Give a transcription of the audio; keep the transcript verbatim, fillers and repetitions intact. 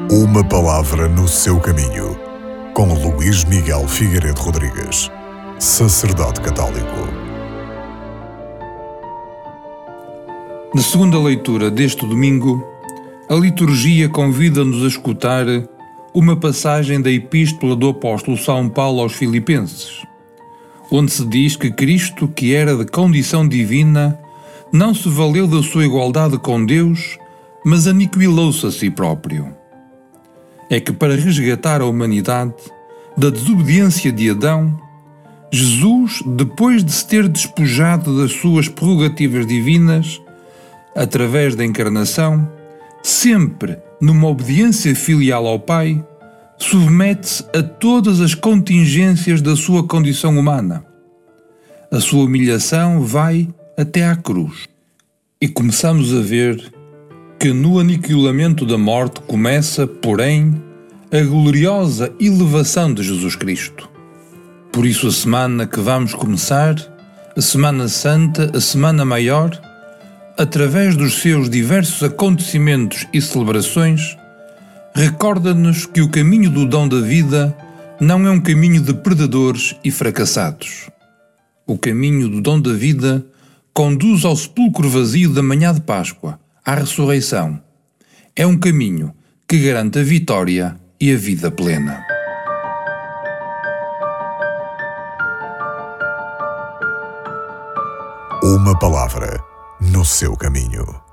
Uma palavra no seu caminho, com Luís Miguel Figueiredo Rodrigues, sacerdote católico. Na segunda leitura deste domingo, a liturgia convida-nos a escutar uma passagem da Epístola do apóstolo São Paulo aos Filipenses, onde se diz que Cristo, que era de condição divina, não se valeu da sua igualdade com Deus, mas aniquilou-se a si próprio. É que para resgatar a humanidade da desobediência de Adão, Jesus, depois de se ter despojado das suas prerrogativas divinas, através da encarnação, sempre numa obediência filial ao Pai, submete-se a todas as contingências da sua condição humana. A sua humilhação vai até à cruz. E começamos a ver que no aniquilamento da morte começa, porém, a gloriosa elevação de Jesus Cristo. Por isso a semana que vamos começar, a Semana Santa, a Semana Maior, através dos seus diversos acontecimentos e celebrações, recorda-nos que o caminho do dom da vida não é um caminho de perdedores e fracassados. O caminho do dom da vida conduz ao sepulcro vazio da manhã de Páscoa, à ressurreição. É um caminho que garante a vitória e a vida plena. Uma palavra no seu caminho.